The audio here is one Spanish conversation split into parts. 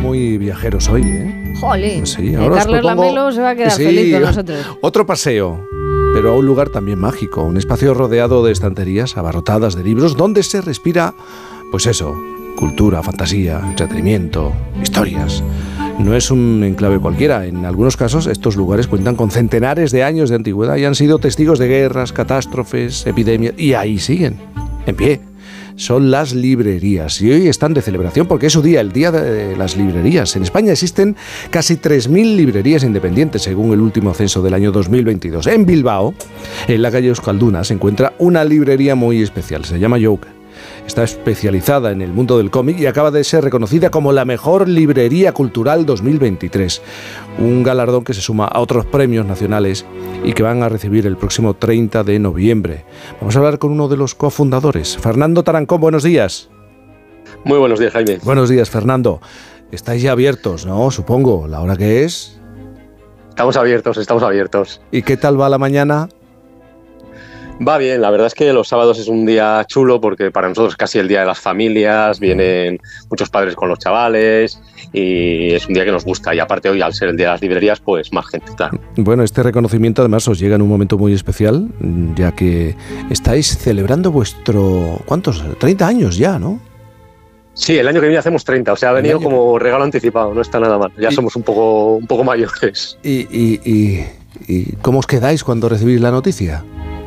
muy viajeros hoy, ¿eh? ¡Jolín! Sí, ahora Carles Lamelo se va a quedar feliz con nosotros. Otro paseo, pero a un lugar también mágico, un espacio rodeado de estanterías abarrotadas de libros donde se respira, pues eso, cultura, fantasía, entretenimiento, historias. No es un enclave cualquiera. En algunos casos, estos lugares cuentan con centenares de años de antigüedad y han sido testigos de guerras, catástrofes, epidemias, y ahí siguen, en pie. Son las librerías y hoy están de celebración porque es su día, el día de las librerías. En España existen casi 3.000 librerías independientes según el último censo del año 2022. En Bilbao, en la calle Euskalduna, se encuentra una librería muy especial, se llama Joke. Está especializada en el mundo del cómic y acaba de ser reconocida como la mejor librería cultural 2023. Un galardón que se suma a otros premios nacionales y que van a recibir el próximo 30 de noviembre. Vamos a hablar con uno de los cofundadores, Fernando Tarancón. Buenos días. Muy buenos días, Jaime. Buenos días, Fernando. Estáis ya abiertos, ¿no? Supongo. ¿La hora que es? Estamos abiertos. ¿Y qué tal va la mañana? Va bien, la verdad es que los sábados es un día chulo porque para nosotros es casi el día de las familias, vienen muchos padres con los chavales y es un día que nos gusta. Y aparte hoy, al ser el día de las librerías, pues más gente, claro. Bueno, este reconocimiento además os llega en un momento muy especial, ya que estáis celebrando vuestro... ¿Cuántos? 30 años ya, ¿no? Sí, el año que viene hacemos 30, o sea, ha venido como regalo anticipado, no está nada mal. Ya somos un poco mayores. ¿Y cómo os quedáis cuando recibís la noticia?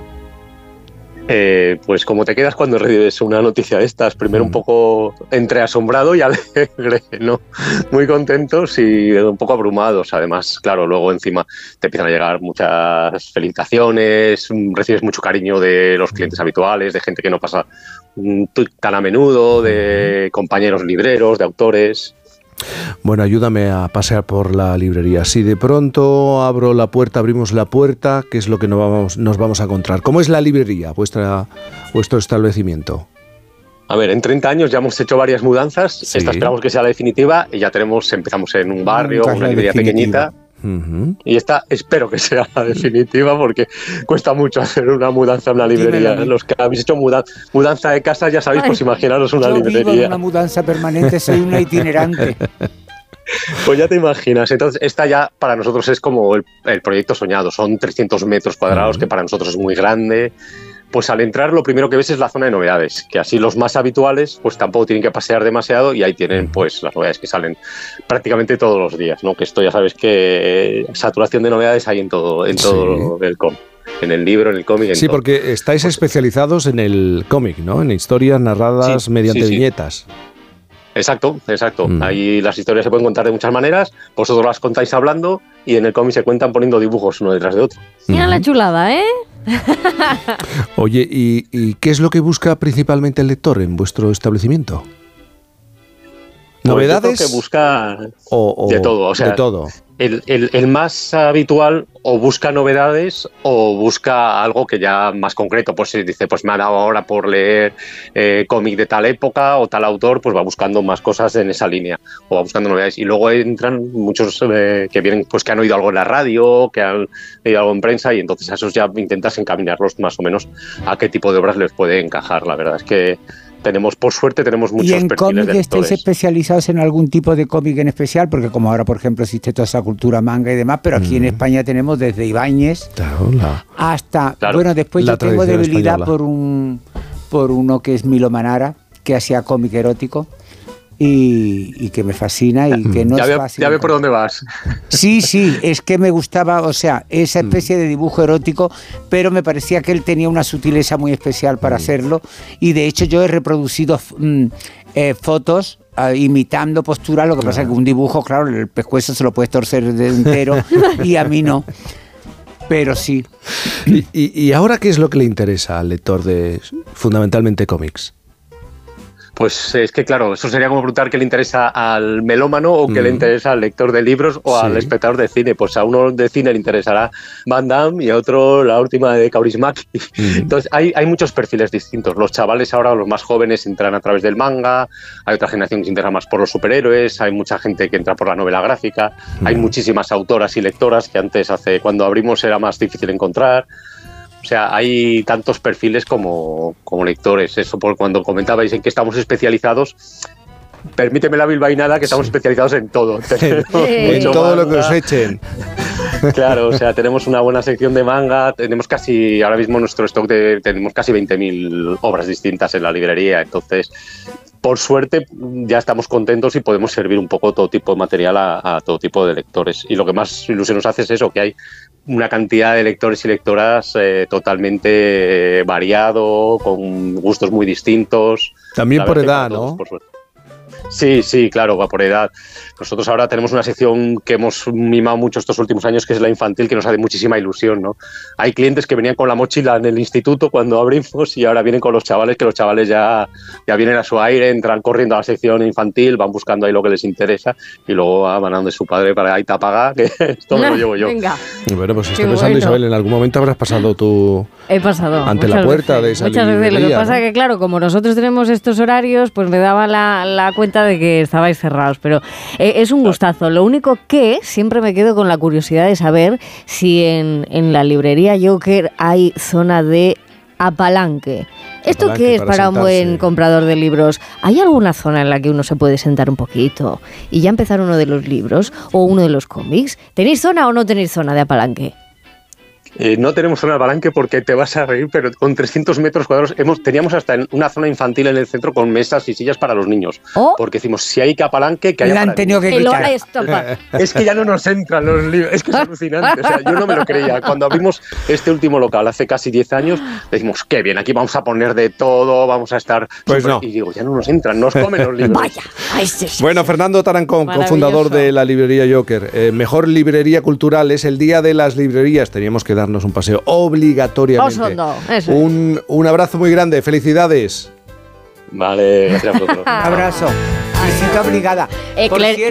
Pues como te quedas cuando recibes una noticia de estas, primero un poco entre asombrado y alegre, ¿no? Muy contentos y un poco abrumados. Además, claro, luego encima te empiezan a llegar muchas felicitaciones, recibes mucho cariño de los clientes habituales, de gente que no pasa tan a menudo, de compañeros libreros, de autores. Bueno, ayúdame a pasear por la librería. Si de pronto abrimos la puerta, ¿qué es lo que nos vamos a encontrar? ¿Cómo es la librería, vuestro establecimiento? A ver, en 30 años ya hemos hecho varias mudanzas. Sí. Esta esperamos que sea la definitiva y ya empezamos en un barrio, una librería pequeñita. Uh-huh. Y esta espero que sea la definitiva porque cuesta mucho hacer una mudanza en una librería. Los que habéis hecho mudanza de casa ya sabéis, pues imaginaros una librería. Yo vivo en una mudanza permanente, soy una itinerante. Pues ya te imaginas. Entonces esta ya para nosotros es como el proyecto soñado. Son 300 metros cuadrados, que para nosotros es muy grande. Pues al entrar lo primero que ves es la zona de novedades, que así los más habituales pues tampoco tienen que pasear demasiado y ahí tienen pues las novedades que salen prácticamente todos los días, ¿no? Que esto ya sabes que saturación de novedades hay en todo el cómic, en el libro, en el cómic. Sí, porque estáis especializados en el cómic, ¿no? En historias narradas mediante viñetas. Exacto. Ahí las historias se pueden contar de muchas maneras, vosotros las contáis hablando y en el cómic se cuentan poniendo dibujos uno detrás de otro. Mira la chulada, ¿eh? Oye, ¿y qué es lo que busca principalmente el lector en vuestro establecimiento? ¿Novedades? Yo creo que busca de todo, o sea, de todo. El más habitual o busca novedades o busca algo que ya más concreto, pues si dice, pues me ha dado ahora por leer cómic de tal época o tal autor, pues va buscando más cosas en esa línea o va buscando novedades. Y luego entran muchos que vienen, pues que han oído algo en la radio, que han leído algo en prensa y entonces a esos ya intentas encaminarlos más o menos a qué tipo de obras les puede encajar. La verdad es que por suerte tenemos muchos perfiles de lectores. ¿Y en cómic estáis especializados en algún tipo de cómic en especial? Porque como ahora, por ejemplo, existe toda esa cultura manga y demás, pero aquí en España tenemos desde Ibáñez hasta... Claro. Bueno, después yo tengo debilidad por uno que es Milo Manara, que hacía cómic erótico. Y que me fascina y que no es fácil. Ya ve por dónde vas. Sí, es que me gustaba, o sea, esa especie de dibujo erótico, pero me parecía que él tenía una sutileza muy especial para hacerlo y de hecho yo he reproducido fotos imitando posturas, lo que pasa es que un dibujo, claro, el pescuezo se lo puedes torcer de entero y a mí no. Pero sí. ¿Y ahora qué es lo que le interesa al lector de fundamentalmente cómics? Pues es que claro, eso sería como preguntar qué le interesa al melómano o qué le interesa al lector de libros o al espectador de cine. Pues a uno de cine le interesará Van Damme y a otro la última de Kaurismäki. Entonces hay muchos perfiles distintos. Los chavales ahora, los más jóvenes, entran a través del manga, hay otra generación que se interesa más por los superhéroes, hay mucha gente que entra por la novela gráfica, hay muchísimas autoras y lectoras que antes, cuando abrimos, era más difícil encontrar. O sea, hay tantos perfiles como lectores. Eso por cuando comentabais en que estamos especializados, permíteme la bilbainada, que estamos especializados en todo. En todo lo que os echen. Claro, o sea, tenemos una buena sección de manga, tenemos casi, ahora mismo nuestro stock tenemos casi 20.000 obras distintas en la librería, entonces, por suerte, ya estamos contentos y podemos servir un poco todo tipo de material a todo tipo de lectores. Y lo que más ilusión nos hace es eso, que hay una cantidad de lectores y lectoras totalmente variado, con gustos muy distintos. También por edad, ¿no? Por suerte. Sí, claro, va por edad. Nosotros ahora tenemos una sección que hemos mimado mucho estos últimos años, que es la infantil, que nos hace muchísima ilusión, ¿no? Hay clientes que venían con la mochila en el instituto cuando abrimos y ahora vienen con los chavales, que los chavales ya vienen a su aire, entran corriendo a la sección infantil, van buscando ahí lo que les interesa y luego van a donde su padre para ahí te apaga, que esto me lo llevo yo. Venga. Bueno, pues estoy pensando, Isabel, en algún momento habrás pasado tú ante la puerta de esa librería. Muchas veces. Lo que pasa es que, claro, como nosotros tenemos estos horarios, pues me daba la cuenta de que estabais cerrados, pero es un gustazo. Lo único que siempre me quedo con la curiosidad de saber si en la librería Joker hay zona de apalanque. ¿Esto qué es para un buen comprador de libros? ¿Hay alguna zona en la que uno se puede sentar un poquito y ya empezar uno de los libros o uno de los cómics? ¿Tenéis zona o no tenéis zona de apalanque? No tenemos zona de apalanque porque te vas a reír, pero con 300 metros cuadrados teníamos hasta una zona infantil en el centro con mesas y sillas para los niños. Porque decimos, si hay que apalanque, que haya han tenido que quitar. Es que ya no nos entran los libros, es que es alucinante. O sea, yo no me lo creía. Cuando abrimos este último local hace casi 10 años, decimos, qué bien, aquí vamos a poner de todo, vamos a estar... Pues no. Y digo, ya no nos entran, nos comen los libros. Vaya. Bueno, Fernando Tarancón, cofundador de la librería Joker. Mejor librería cultural, es el Día de las Librerías. Teníamos que darnos un paseo obligatoriamente. Un abrazo muy grande, felicidades. Vale, gracias a vosotros. Un abrazo. Visita obligada. Por cierto,